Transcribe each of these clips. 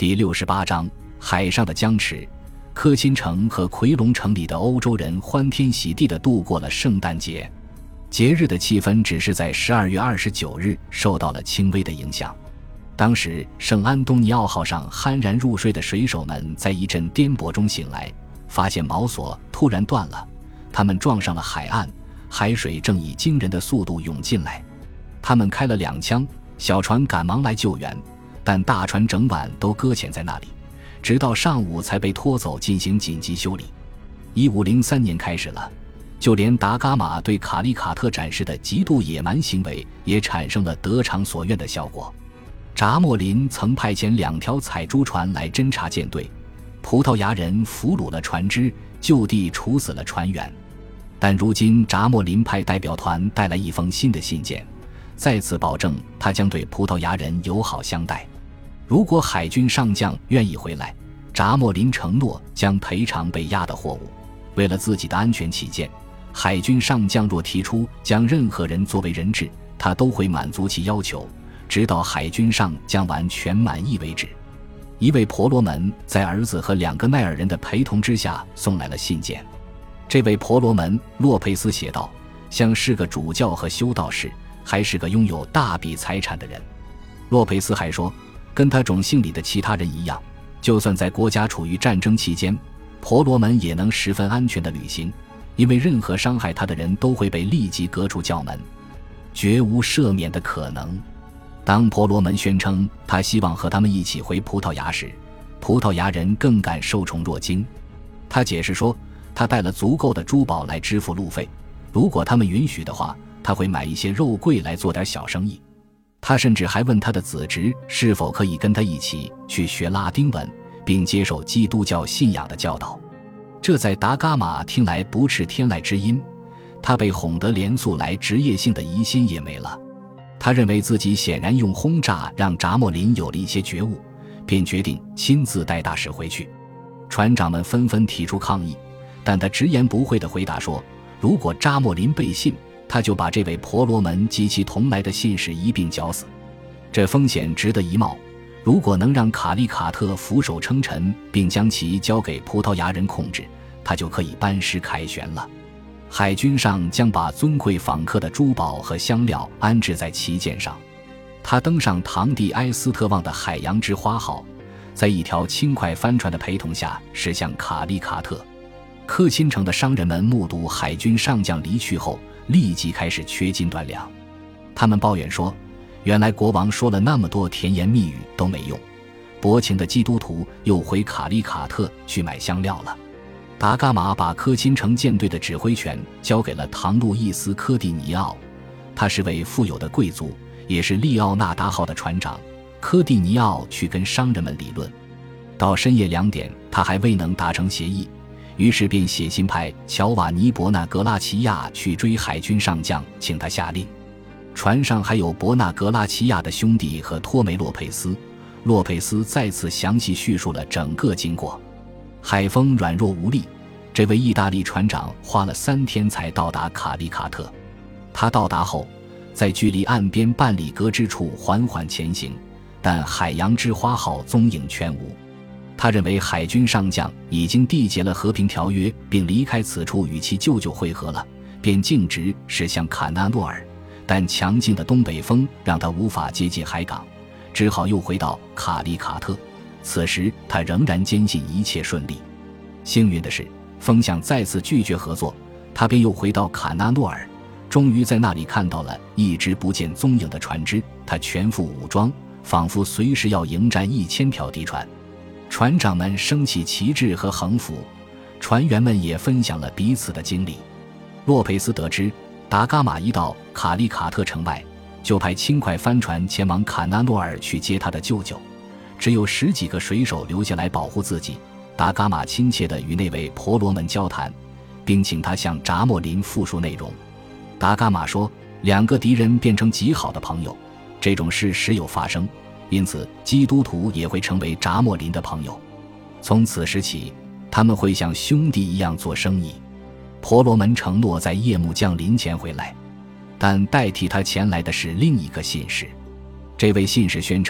第68章海上的僵持。科钦城和奎隆城里的欧洲人欢天喜地地度过了圣诞节。节日的气氛只是在12月29日受到了轻微的影响。当时圣安东尼奥号上酣然入睡的水手们在一阵颠簸中醒来，发现锚索突然断了，他们撞上了海岸，海水正以惊人的速度涌进来。他们开了2枪，小船赶忙来救援，但大船整晚都搁浅在那里，直到上午才被拖走进行紧急修理。1503年开始了，就连达伽马对卡利卡特展示的极度野蛮行为也产生了得偿所愿的效果。查莫林曾派遣2条采珠船来侦察舰队，葡萄牙人俘虏了船只，就地处死了船员。但如今查莫林派代表团带来一封新的信件，再次保证他将对葡萄牙人友好相待。如果海军上将愿意回来，查莫林承诺将赔偿被押的货物。为了自己的安全起见，海军上将若提出将任何人作为人质，他都会满足其要求，直到海军上将完全满意为止。一位婆罗门在儿子和2个奈尔人的陪同之下送来了信件。这位婆罗门洛佩斯写道，像是个主教和修道士，还是个拥有大笔财产的人。洛佩斯还说，跟他种姓里的其他人一样，就算在国家处于战争期间，婆罗门也能十分安全地旅行，因为任何伤害他的人都会被立即革出教门，绝无赦免的可能。当婆罗门宣称他希望和他们一起回葡萄牙时，葡萄牙人更感受宠若惊。他解释说，他带了足够的珠宝来支付路费，如果他们允许的话，他会买一些肉桂来做点小生意。他甚至还问他的子侄是否可以跟他一起去学拉丁文，并接受基督教信仰的教导。这在达伽马听来不啻天籁之音，他被哄得连素来职业性的疑心也没了。他认为自己显然用轰炸让查莫林有了一些觉悟，便决定亲自带大使回去。船长们纷纷提出抗议，但他直言不讳地回答说，如果查莫林背信，他就把这位婆罗门及其同来的信使一并绞死。这风险值得一冒，如果能让卡利卡特俯首称臣，并将其交给葡萄牙人控制，他就可以班师凯旋了。海军上将把尊贵访客的珠宝和香料安置在旗舰上。他登上堂弟埃斯特旺的海洋之花号，在一条轻快帆船的陪同下驶向卡利卡特。科钦城的商人们目睹海军上将离去后，立即开始缺斤断粮。他们抱怨说，原来国王说了那么多甜言蜜语都没用，薄情的基督徒又回卡利卡特去买香料了。达伽马把科钦城舰队的指挥权交给了唐路易斯·科蒂尼奥，他是位富有的贵族，也是利奥纳达号的船长。科蒂尼奥去跟商人们理论，到深夜2点他还未能达成协议，于是便写信派乔瓦尼·伯纳格拉齐亚去追海军上将，请他下令。船上还有伯纳格拉齐亚的兄弟和托梅洛佩斯。洛佩斯再次详细叙述了整个经过。海风软弱无力，这位意大利船长花了3天才到达卡利卡特。他到达后，在距离岸边半里格之处缓缓前行，但海洋之花号踪影全无。他认为海军上将已经缔结了和平条约，并离开此处与其舅舅会合了，便径直驶向卡纳诺尔，但强劲的东北风让他无法接近海港，只好又回到卡利卡特。此时他仍然坚信一切顺利。幸运的是，风向再次拒绝合作，他便又回到卡纳诺尔，终于在那里看到了一只不见踪影的船只。他全副武装，仿佛随时要迎战1000条敌船。船长们升起旗帜和横幅，船员们也分享了彼此的经历。洛佩斯得知达伽马一到卡利卡特城外，就派轻快帆船前往卡纳诺尔去接他的舅舅，只有10几个水手留下来保护自己。达伽马亲切地与那位婆罗门交谈，并请他向查莫林复述内容。达伽马说，2个敌人变成极好的朋友，这种事时有发生，因此基督徒也会成为查莫林的朋友。从此时起，他们会像兄弟一样做生意。婆罗门承诺在夜幕降临前回来，但代替他前来的是另一个信使。这位信使宣称，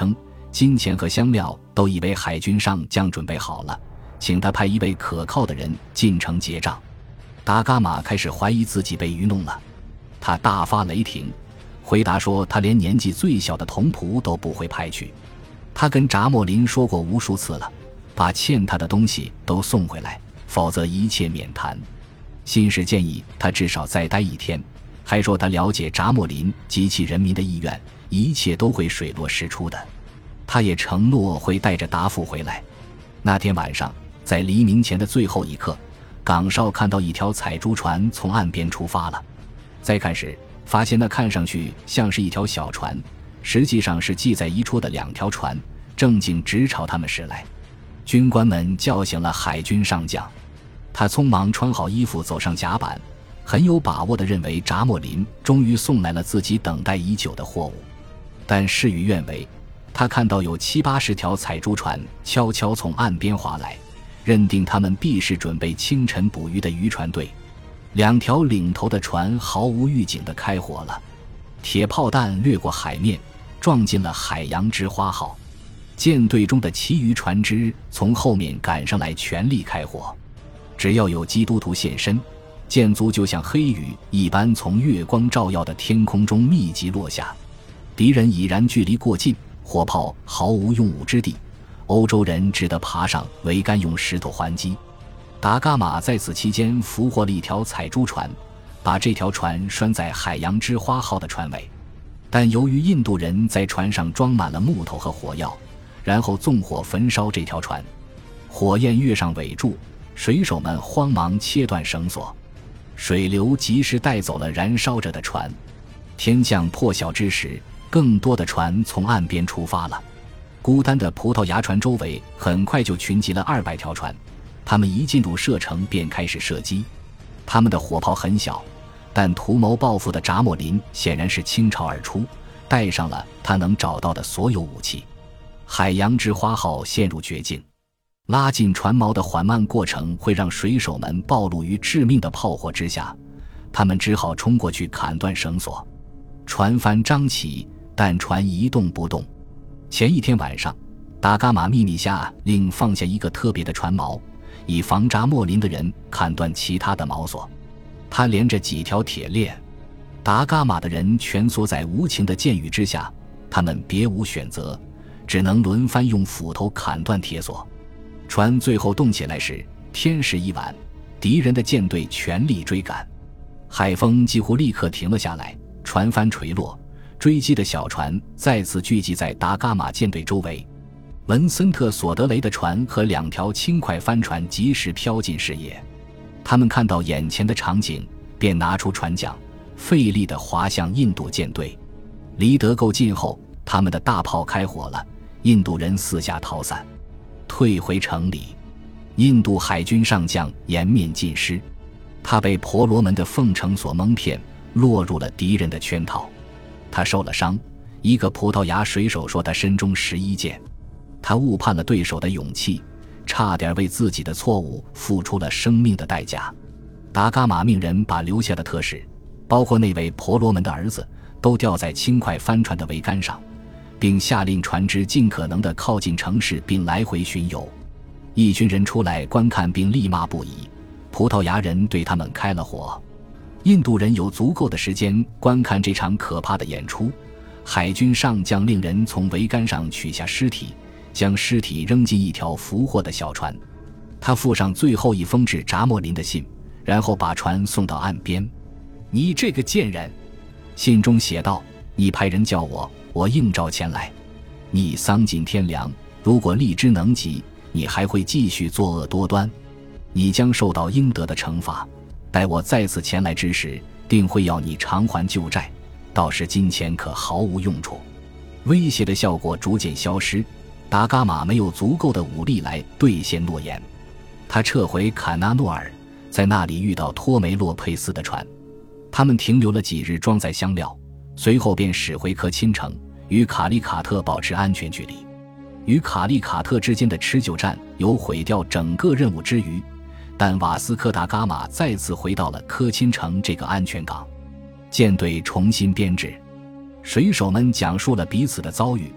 金钱和香料都以为海军上将准备好了，请他派一位可靠的人进城结账。达伽马开始怀疑自己被愚弄了，他大发雷霆，回答说他连年纪最小的童仆都不会派去。他跟查莫林说过无数次了，把欠他的东西都送回来，否则一切免谈。信使建议他至少再待1天，还说他了解查莫林及其人民的意愿，一切都会水落石出的。他也承诺会带着答复回来。那天晚上，在黎明前的最后一刻，岗哨看到一条采珠船从岸边出发了。再看时，发现那看上去像是一条小船，实际上是系在一处的2条船，正经直朝他们驶来。军官们叫醒了海军上将，他匆忙穿好衣服走上甲板，很有把握地认为查莫林终于送来了自己等待已久的货物。但事与愿违，他看到有70-80条采珠船悄悄从岸边划来，认定他们必是准备清晨捕鱼的渔船队。2条领头的船毫无预警地开火了，铁炮弹掠过海面，撞进了海洋之花号。舰队中的其余船只从后面赶上来，全力开火。只要有基督徒现身，舰卒就像黑雨一般从月光照耀的天空中密集落下。敌人已然距离过近，火炮毫无用武之地，欧洲人只得爬上桅杆用石头还击。达伽马在此期间俘获了一条采珠船，把这条船拴在海洋之花号的船尾。但由于印度人在船上装满了木头和火药，然后纵火焚烧这条船，火焰跃上尾柱，水手们慌忙切断绳索，水流及时带走了燃烧着的船。天降破晓之时，更多的船从岸边出发了。孤单的葡萄牙船周围很快就群集了200条船，他们一进入射程便开始射击。他们的火炮很小，但图谋报复的查莫林显然是倾巢而出，带上了他能找到的所有武器。海洋之花号陷入绝境，拉近船锚的缓慢过程会让水手们暴露于致命的炮火之下，他们只好冲过去砍断绳索。船帆张起，但船一动不动。前一天晚上，达伽马秘密下令放下一个特别的船锚，以防查莫林的人砍断其他的锚索。他连着几条铁链，达伽马的人蜷缩在无情的箭雨之下，他们别无选择，只能轮番用斧头砍断铁索。船最后动起来时，天时已晚，敌人的舰队全力追赶，海风几乎立刻停了下来，船帆垂落，追击的小船再次聚集在达伽马舰队周围。文森特·索德雷的船和2条轻快帆船及时飘进视野，他们看到眼前的场景，便拿出船桨，费力地划向印度舰队。离得够近后，他们的大炮开火了，印度人四下逃散，退回城里。印度海军上将颜面尽失，他被婆罗门的奉承所蒙骗，落入了敌人的圈套。他受了伤，一个葡萄牙水手说他身中11箭。他误判了对手的勇气，差点为自己的错误付出了生命的代价。达伽马命人把留下的特使，包括那位婆罗门的儿子，都吊在轻快帆船的桅杆上，并下令船只尽可能地靠近城市并来回巡游。一群人出来观看并厉骂不已，葡萄牙人对他们开了火。印度人有足够的时间观看这场可怕的演出。海军上将令人从桅杆上取下尸体，将尸体扔进一条俘获的小船。他附上最后一封致查莫林的信，然后把船送到岸边。你这个贱人，信中写道，你派人叫我，我应召前来。你丧尽天良，如果力之能及，你还会继续作恶多端，你将受到应得的惩罚。待我再次前来之时，定会要你偿还旧债，到时金钱可毫无用处。威胁的效果逐渐消失，达伽马没有足够的武力来兑现诺言。他撤回坎纳诺尔，在那里遇到托梅洛佩斯的船，他们停留了几日装载香料，随后便驶回科钦城，与卡利卡特保持安全距离。与卡利卡特之间的持久战有毁掉整个任务之余，但瓦斯科达伽马再次回到了科钦城这个安全港。舰队重新编制，水手们讲述了彼此的遭遇，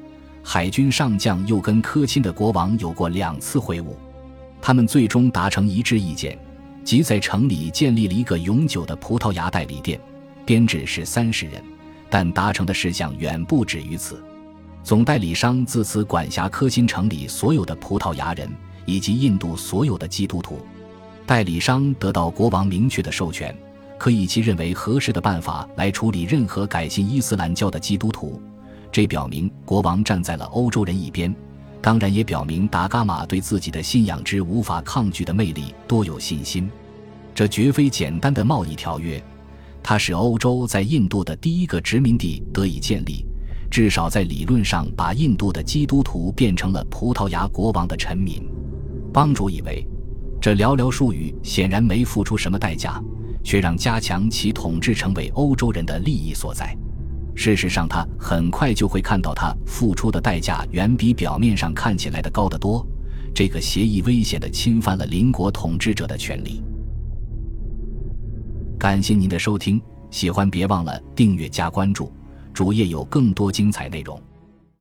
海军上将又跟科钦的国王有过2次会晤，他们最终达成一致意见，即在城里建立了一个永久的葡萄牙代理店，编制是30人，但达成的事项远不止于此。总代理商自此管辖科钦城里所有的葡萄牙人以及印度所有的基督徒。代理商得到国王明确的授权，可以其认为合适的办法来处理任何改信伊斯兰教的基督徒，这表明国王站在了欧洲人一边，当然也表明达伽马对自己的信仰之无法抗拒的魅力多有信心。这绝非简单的贸易条约，它使欧洲在印度的第一个殖民地得以建立，至少在理论上把印度的基督徒变成了葡萄牙国王的臣民。帮主以为这寥寥数语显然没付出什么代价，却让加强其统治成为欧洲人的利益所在。事实上他很快就会看到他付出的代价远比表面上看起来的高得多，这个协议危险地侵犯了邻国统治者的权利。感谢您的收听，喜欢别忘了订阅加关注，主页有更多精彩内容。